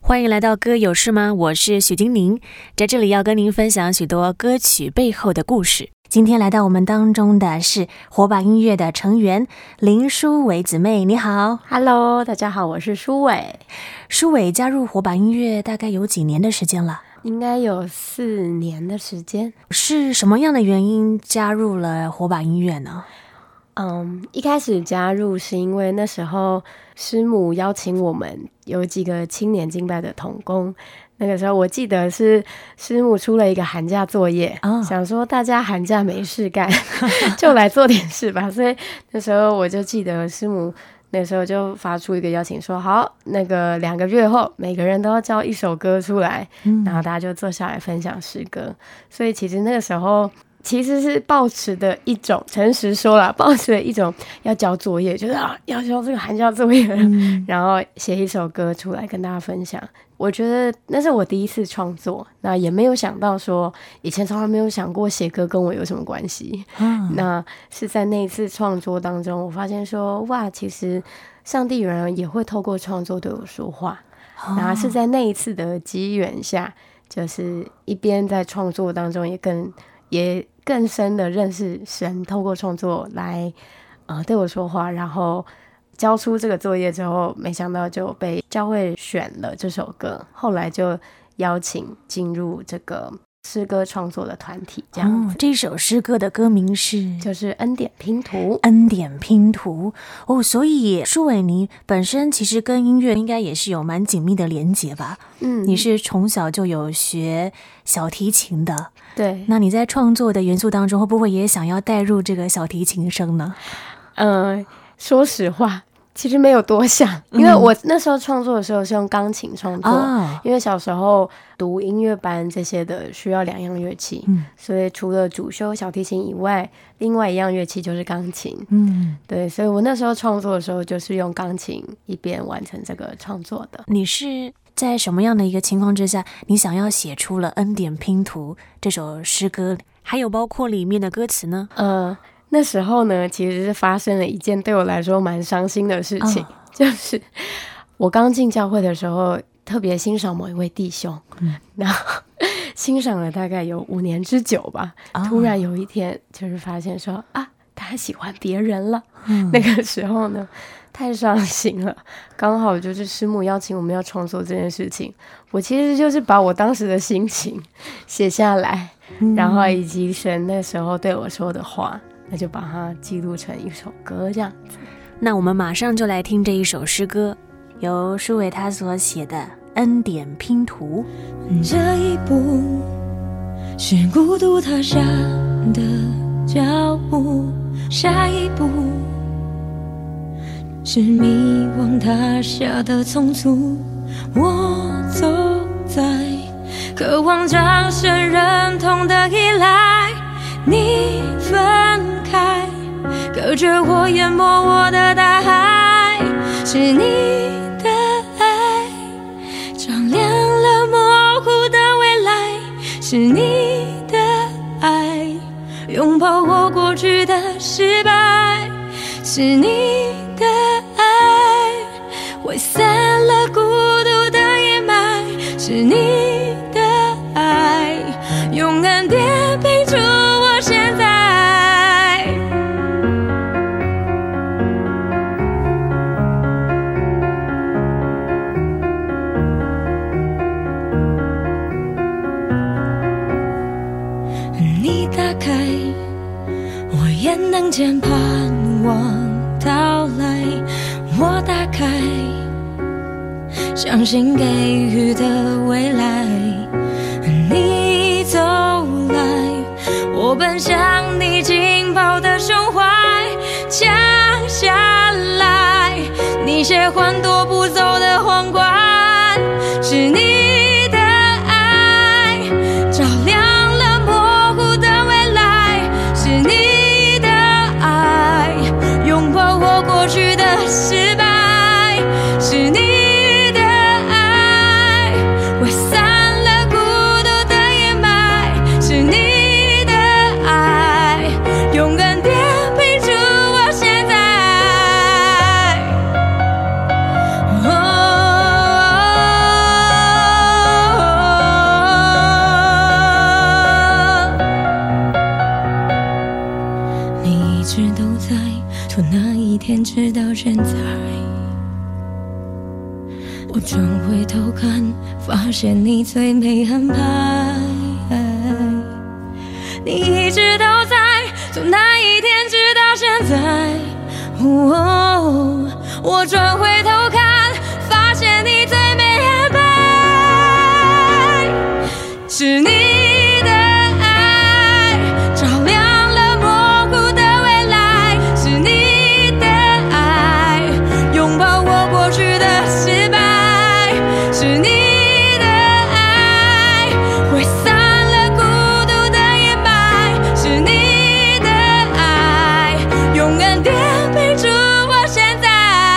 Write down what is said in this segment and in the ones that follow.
欢迎来到歌有事吗？我是许金宁，在这里要跟您分享许多歌曲背后的故事。今天来到我们当中的是火把音乐的成员林舒伟姊妹，你好。 Hello， 大家好，我是舒伟。 舒伟加入火把音乐大概有几年的时间了？ 应该有4年的时间。 是什么样的原因加入了火把音乐呢？ 一开始加入是因为那时候师母邀请我们有几个青年敬拜的同工，那个时候我记得是师母出了一个寒假作业，想说大家寒假没事干就来做点事吧，所以那时候我就记得师母那时候就发出一个邀请说，好，那个2个月后每个人都要交一首歌出来，然后大家就坐下来分享诗歌。所以其实那个时候其实是抱持的一种，诚实说啦，抱持的一种要交作业，就是要交这个寒假作业了，然后写一首歌出来跟大家分享。我觉得那是我第一次创作，那也没有想到说以前从来没有想过写歌跟我有什么关系，那是在那一次创作当中我发现说，哇，其实上帝原来也会透过创作对我说话，然后是在那一次的机缘下，就是一边在创作当中也更深的认识神，透过创作来对我说话，然后交出这个作业之后，没想到就被教会选了这首歌，后来就邀请进入这个诗歌创作的团体，这样子。 这首诗歌的歌名是就是恩典拼图。 恩典拼图所以舒伟你本身其实跟音乐应该也是有蛮紧密的连结吧？你是从小就有学小提琴的。 对， 那你在创作的元素当中会不会也想要带入这个小提琴声呢？ 说实话其实没有多想，因为我那时候创作的时候是用钢琴创作，因为小时候读音乐班这些的需要2样乐器，所以除了主修小提琴以外，另外1样乐器就是钢琴。对，所以我那时候创作的时候就是用钢琴一边完成这个创作的。 你是在什么样的一个情况之下，你想要写出了《恩典拼图》这首诗歌，还有包括里面的歌词呢？ 那时候呢，其实是发生了一件对我来说蛮伤心的事情，就是我刚进教会的时候特别欣赏某一位弟兄，然后欣赏了大概有5年之久吧，突然有一天就是发现说他喜欢别人了，那个时候呢太伤心了，刚好就是师母邀请我们要创作这件事情，我其实就是把我当时的心情写下来，然后以及神那时候对我说的话，那就把它记录成一首歌这样子。 那我们马上就来听这一首诗歌，由舒伟他所写的《恩典拼图》。 这一步是孤独踏下的脚步，下一步是迷惘踏下的匆促，我走在渴望掌声认同的依赖，你分开隔着我淹没我的大海，是你的爱照亮了模糊的未来，是你的爱拥抱我过去的失败，是你的爱挥散了孤独的阴霾，是你的爱用恩典拼出我现在。你打开我眼能见盼望到来，我打开相信给予的未来，你走来我奔向你紧抱的胸怀，降下来你血换夺不走的皇冠，是你的爱照亮了模糊的未来，是你的爱拥抱我过去的失败，是你的爱挥散了孤独的阴霾，是你的爱用恩典拼出我现在。 转回头看，发现你最没安排。你一直都在，从那一天直到现在。我转回头看，发现你最没安排。是你的爱照亮了模糊的未来，是你的爱拥抱我过去的失败，是你的爱挥散了孤独的阴霾，是你的爱永远颠沛出我现在。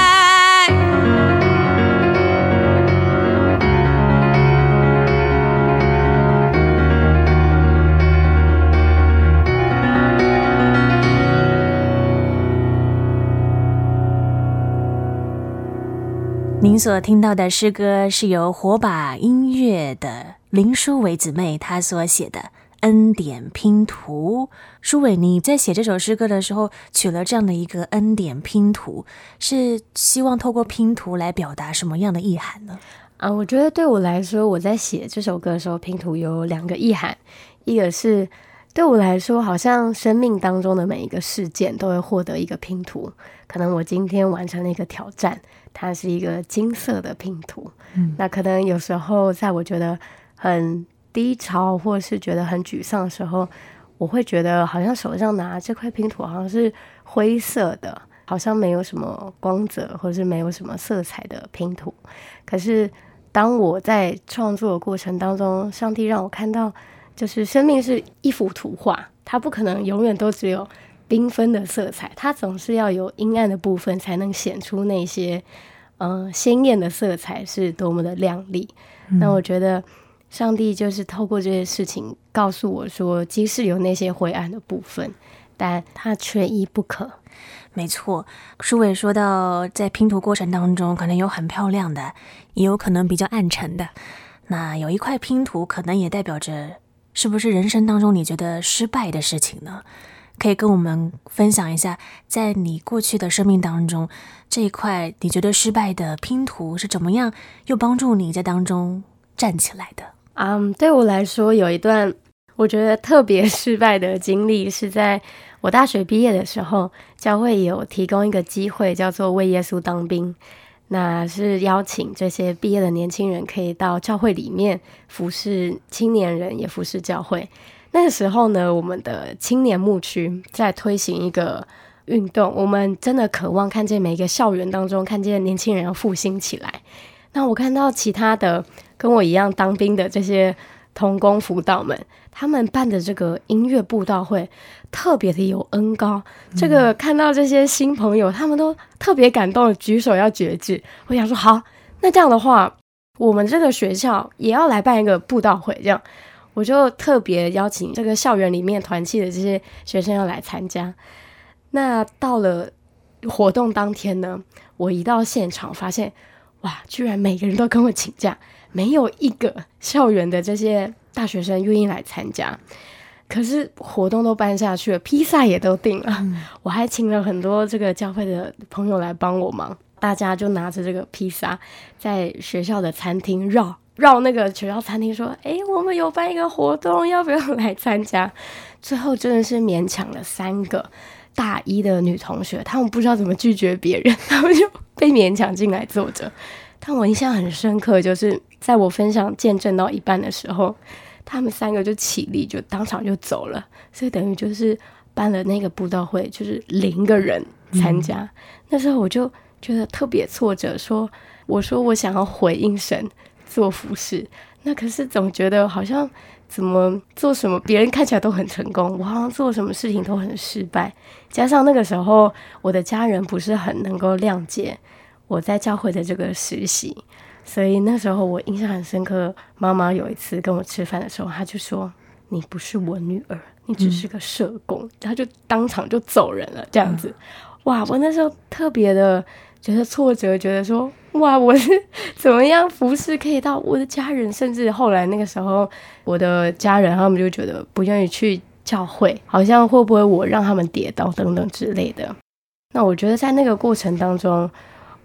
您所听到的诗歌是由火把音乐的林淑伟姊妹她所写的《恩典拼图》。淑伟，你在写这首诗歌的时候取了这样的一个恩典拼图，是希望透过拼图来表达什么样的意涵呢？ 我觉得对我来说，我在写这首歌的时候，拼图有2个意涵。一个是对我来说，好像生命当中的每一个事件都会获得一个拼图。可能我今天完成了一个挑战，它是一个金色的拼图。那可能有时候在我觉得很低潮或是觉得很沮丧的时候，我会觉得好像手上拿这块拼图好像是灰色的，好像没有什么光泽或是没有什么色彩的拼图。可是当我在创作的过程当中，上帝让我看到就是生命是一幅图画，它不可能永远都只有缤纷的色彩，它总是要有阴暗的部分才能显出那些鲜艳的色彩是多么的亮丽。那我觉得上帝就是透过这些事情告诉我说，即使有那些灰暗的部分，但它缺一不可。 没错，淑伟说到在拼图过程当中可能有很漂亮的，也有可能比较暗沉的，那有一块拼图可能也代表着是不是人生当中你觉得失败的事情呢？可以跟我们分享一下，在你过去的生命当中，这一块你觉得失败的拼图是怎么样又帮助你在当中站起来的？ 对我来说，有一段我觉得特别失败的经历，是在我大学毕业的时候，教会有提供一个机会，叫做为耶稣当兵。那是邀请这些毕业的年轻人可以到教会里面服侍青年人，也服侍教会。那个时候呢，我们的青年牧区在推行一个运动，我们真的渴望看见每一个校园当中看见年轻人要复兴起来。那我看到其他的跟我一样当兵的这些同工辅导们，他们办的这个音乐布道会特别的有恩膏，这个看到这些新朋友他们都特别感动的举手要决志。我想说好，那这样的话我们这个学校也要来办一个布道会，这样我就特别邀请这个校园里面团契的这些学生要来参加。那到了活动当天呢，我一到现场发现，哇，居然每个人都跟我请假，没有一个校园的这些大学生愿意来参加。可是活动都办下去了，披萨也都订了，我还请了很多这个教会的朋友来帮我忙，大家就拿着这个披萨在学校的餐厅绕那个学校餐厅说，我们有办一个活动，要不要来参加？最后真的是勉强了3个大一的女同学，她们不知道怎么拒绝别人，她们就被勉强进来坐着。但我印象很深刻，就是在我分享见证到一半的时候，他们3个就起立，就当场就走了。所以等于就是办了那个布道会，就是0个人参加。那时候我就觉得特别挫折，我说我想要回应神做服事，那可是总觉得好像怎么做什么别人看起来都很成功，我好像做什么事情都很失败。加上那个时候我的家人不是很能够谅解我在教会的这个实习，所以那时候我印象很深刻，妈妈有一次跟我吃饭的时候，她就说，你不是我女儿，你只是个社工，她就当场就走人了这样子。哇，我那时候特别的觉得挫折，觉得说哇，我是怎么样服侍可以到我的家人，甚至后来那个时候我的家人他们就觉得不愿意去教会，好像会不会我让他们跌倒等等之类的。那我觉得在那个过程当中，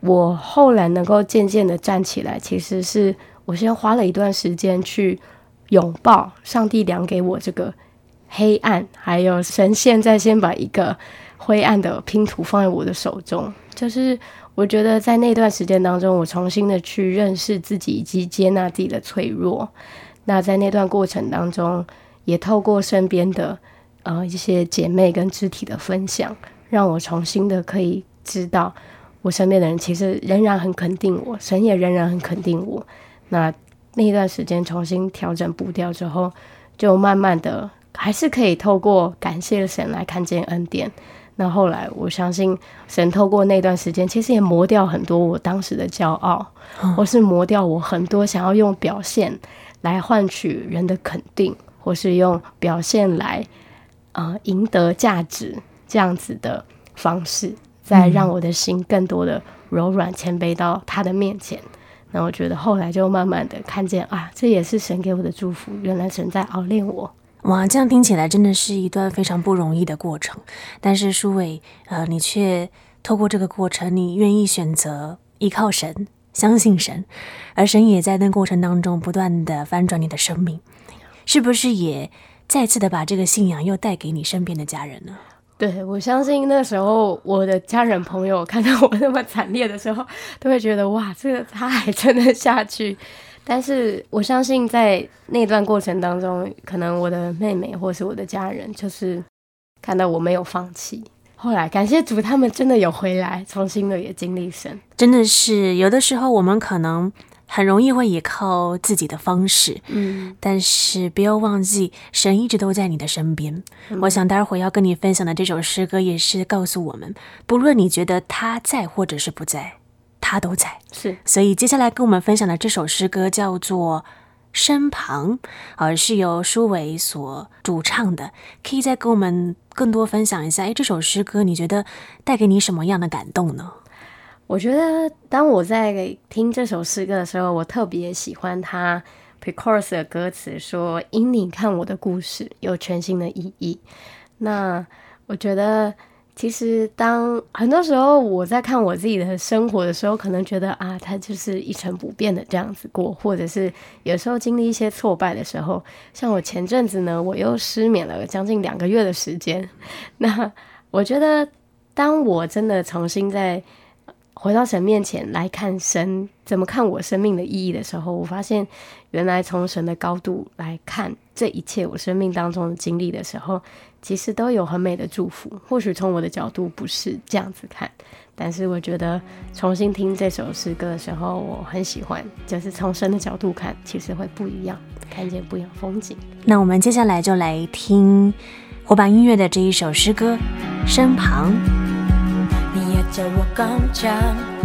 我后来能够渐渐的站起来，其实是我先花了一段时间去拥抱上帝量给我这个黑暗，还有神现在先把一个灰暗的拼图放在我的手中。就是我觉得在那段时间当中，我重新的去认识自己以及接纳自己的脆弱。那在那段过程当中，也透过身边的一些姐妹跟肢体的分享，让我重新的可以知道我身边的人其实仍然很肯定我，神也仍然很肯定我。那一段时间重新调整步调之后，就慢慢的还是可以透过感谢神来看见恩典。那后来我相信神透过那段时间其实也磨掉很多我当时的骄傲，或是磨掉我很多想要用表现来换取人的肯定，或是用表现来赢得价值这样子的方式，再让我的心更多的柔软谦卑到他的面前。那我觉得后来就慢慢的看见这也是神给我的祝福，原来神在熬炼我。 哇，这样听起来真的是一段非常不容易的过程。但是书伟，你却透过这个过程，你愿意选择依靠神，相信神，而神也在那过程当中不断的翻转你的生命，是不是也再次的把这个信仰又带给你身边的家人呢？ 对，我相信那时候我的家人朋友看到我那么惨烈的时候，都会觉得哇，这个他还撑得下去。但是我相信在那段过程当中，可能我的妹妹或是我的家人就是看到我没有放弃，后来感谢主，他们真的有回来，重新的也经历神。真的是有的时候我们可能很容易会依靠自己的方式，但是不要忘记神一直都在你的身边。我想待会要跟你分享的这首诗歌也是告诉我们，不论你觉得他在或者是不在，他都在。 是， 所以接下来跟我们分享的这首诗歌叫做身旁，是由书伟所主唱的。可以再跟我们更多分享一下，这首诗歌你觉得带给你什么样的感动呢？ 我觉得当我在听这首诗歌的时候，我特别喜欢它 pre-chorus 的歌词说，因你看我的故事有全新的意义。那我觉得其实当很多时候我在看我自己的生活的时候，可能觉得它就是一成不变的这样子过，或者是有时候经历一些挫败的时候，像我前阵子呢，我又失眠了将近2个月的时间。那我觉得当我真的重新在回到神面前来看神怎么看我生命的意义的时候，我发现原来从神的高度来看这一切我生命当中的经历的时候，其实都有很美的祝福。或许从我的角度不是这样子看，但是我觉得重新听这首诗歌的时候，我很喜欢，就是从神的角度看，其实会不一样，看见不一样风景。 那我们接下来就来听火把音乐的这一首诗歌《身旁》。 你也叫我刚强，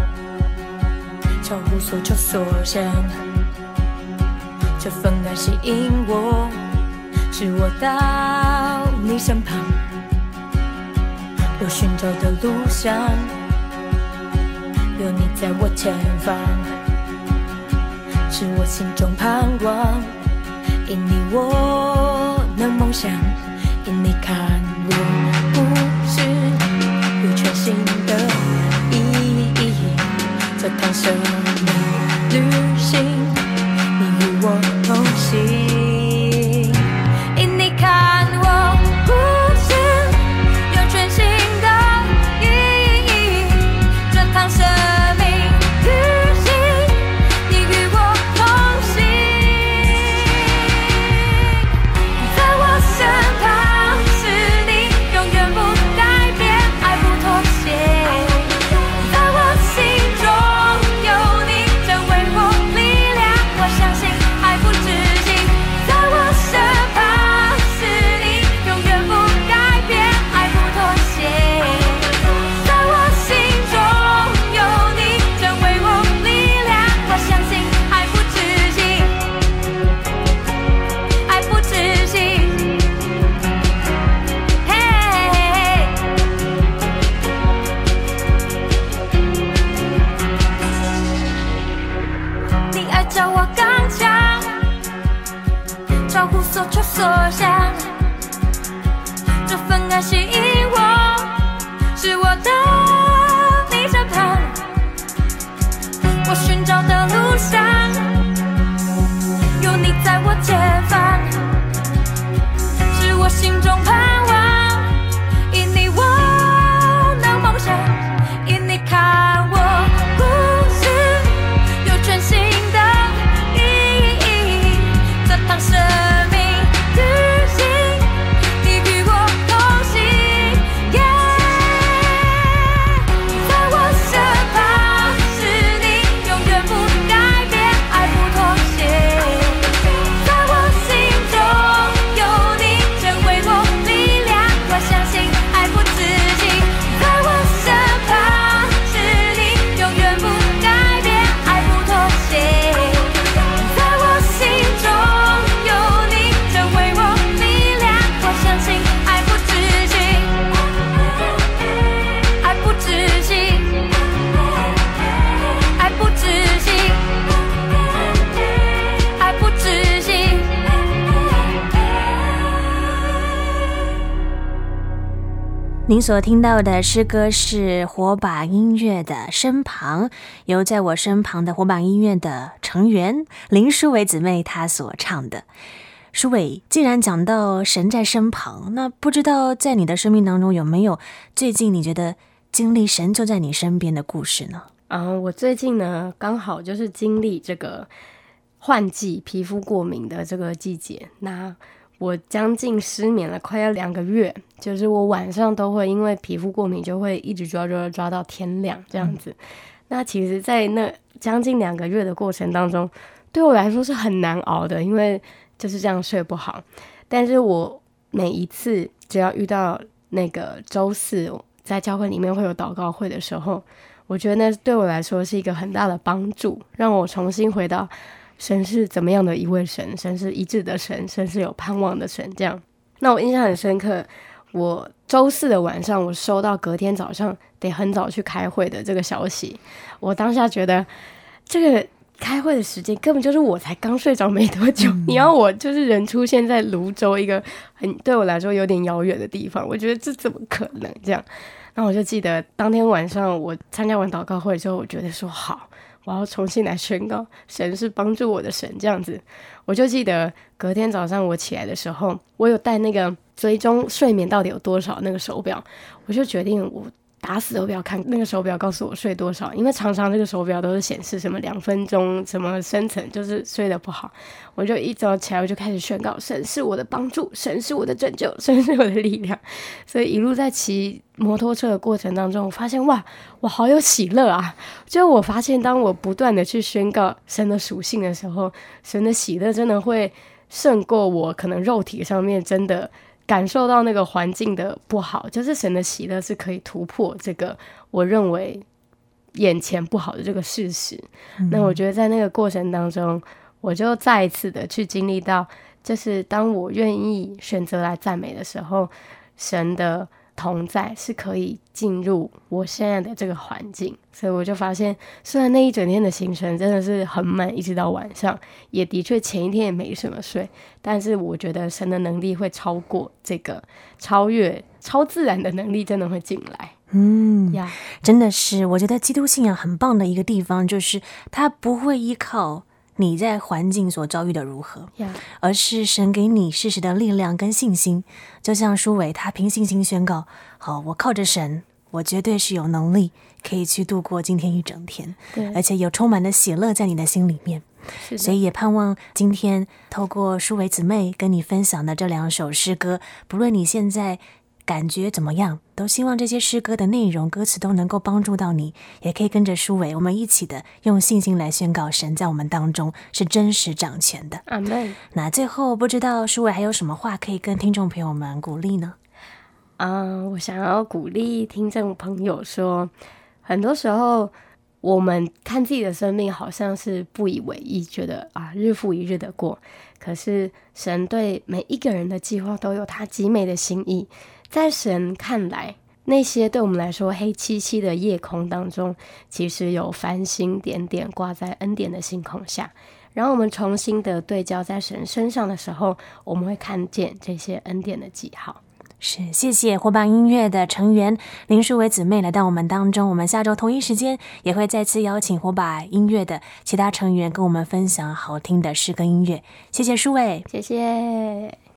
超乎所求所想，这份爱吸引我，使我到你身旁。我寻找的路上，有你在我前方，是我心中盼望。因你我能梦想，因你看我故事有全新的意义，这趟生命旅行，你与我同行。因你看我故事有全新的意义，这趟生命旅行，你与我同行。在我身旁是你，永远不改变，爱不妥协。在我心中有你，成为我力量，我相信爱不止境。 前方，是我心中盼望。因你我能梦想，因你看我故事有全新的意义。这趟生命旅行，你与我同行。在我身旁是你，永远不改变，爱不妥协。在我心中有你，成为我力量，我相信爱不止境。在我身旁是你，永远不改变，爱不妥协。在我心中有你，成为我力量，我相信爱不止境，爱不止境，爱不止境，爱不止境。 您所听到的诗歌是火把音乐的身旁，由在我身旁的火把音乐的成员林淑伟姊妹她所唱的。淑伟，既然讲到神在身旁，那不知道在你的生命当中有没有最近你觉得经历神就在你身边的故事呢？ 我最近呢刚好就是经历这个换季皮肤过敏的这个季节，那我将近失眠了快要2个月，就是我晚上都会因为皮肤过敏就会一直抓到天亮这样子。那其实在那将近2个月的过程当中，对我来说是很难熬的，因为就是这样睡不好。但是我每一次只要遇到那个周四在教会里面会有祷告会的时候，我觉得那对我来说是一个很大的帮助，让我重新回到神是怎么样的一位神，神是一致的神，神是有盼望的神这样。那我印象很深刻，我周四的晚上我收到隔天早上得很早去开会的这个消息，我当下觉得这个开会的时间根本就是我才刚睡着没多久，你要我就是人出现在泸州一个对我来说有点遥远的地方，我觉得这怎么可能这样。那我就记得当天晚上我参加完祷告会之后，我觉得说好，我要重新来宣告神是帮助我的神这样子。我就记得隔天早上我起来的时候，我有带那个追踪睡眠到底有多少那个手表，我就决定我打死都不要看那个手表告诉我睡多少，因为常常这个手表都是显示什么2分钟什么深层，就是睡得不好。我就一早起来我就开始宣告神是我的帮助，神是我的拯救，神是我的力量。所以一路在骑摩托车的过程当中，我发现哇，我好有喜乐啊！就我发现当我不断的去宣告神的属性的时候，神的喜乐真的会胜过我可能肉体上面真的感受到那个环境的不好，就是神的喜乐是可以突破这个我认为眼前不好的这个事实。那我觉得在那个过程当中，我就再一次的去经历到，就是当我愿意选择来赞美的时候，神的同在是可以进入我现在的这个环境。所以我就发现，虽然那一整天的行程真的是很满，一直到晚上，也的确前一天也没什么睡，但是我觉得神的能力会超过这个超越超自然的能力真的会进来。 真的是我觉得基督信仰很棒的一个地方，就是它不会依靠你在环境所遭遇的如何，而是神给你适时的力量跟信心。就像舒伟他凭信心宣告，好，我靠着神，我绝对是有能力可以去度过今天一整天，而且有充满的喜乐在你的心里面。所以也盼望今天透过舒伟姊妹跟你分享的这2首诗歌，不论你现在感觉怎么样，都希望这些诗歌的内容歌词都能够帮助到你，也可以跟着舒伟我们一起的用信心来宣告神在我们当中是真实掌权的。 阿们。 那最后不知道舒伟还有什么话可以跟听众朋友们鼓励呢？ 我想要鼓励听众朋友说，很多时候我们看自己的生命好像是不以为意，觉得日复一日的过，可是神对每一个人的计划都有他极美的心意。在神看来，那些对我们来说黑漆漆的夜空当中，其实有繁星点点挂在恩典的星空下。然后我们重新的对焦在神身上的时候，我们会看见这些恩典的记号。 是，谢谢火把音乐的成员林淑伟姊妹来到我们当中。我们下周同一时间也会再次邀请火把音乐的其他成员跟我们分享好听的诗歌音乐。谢谢淑伟， 谢谢。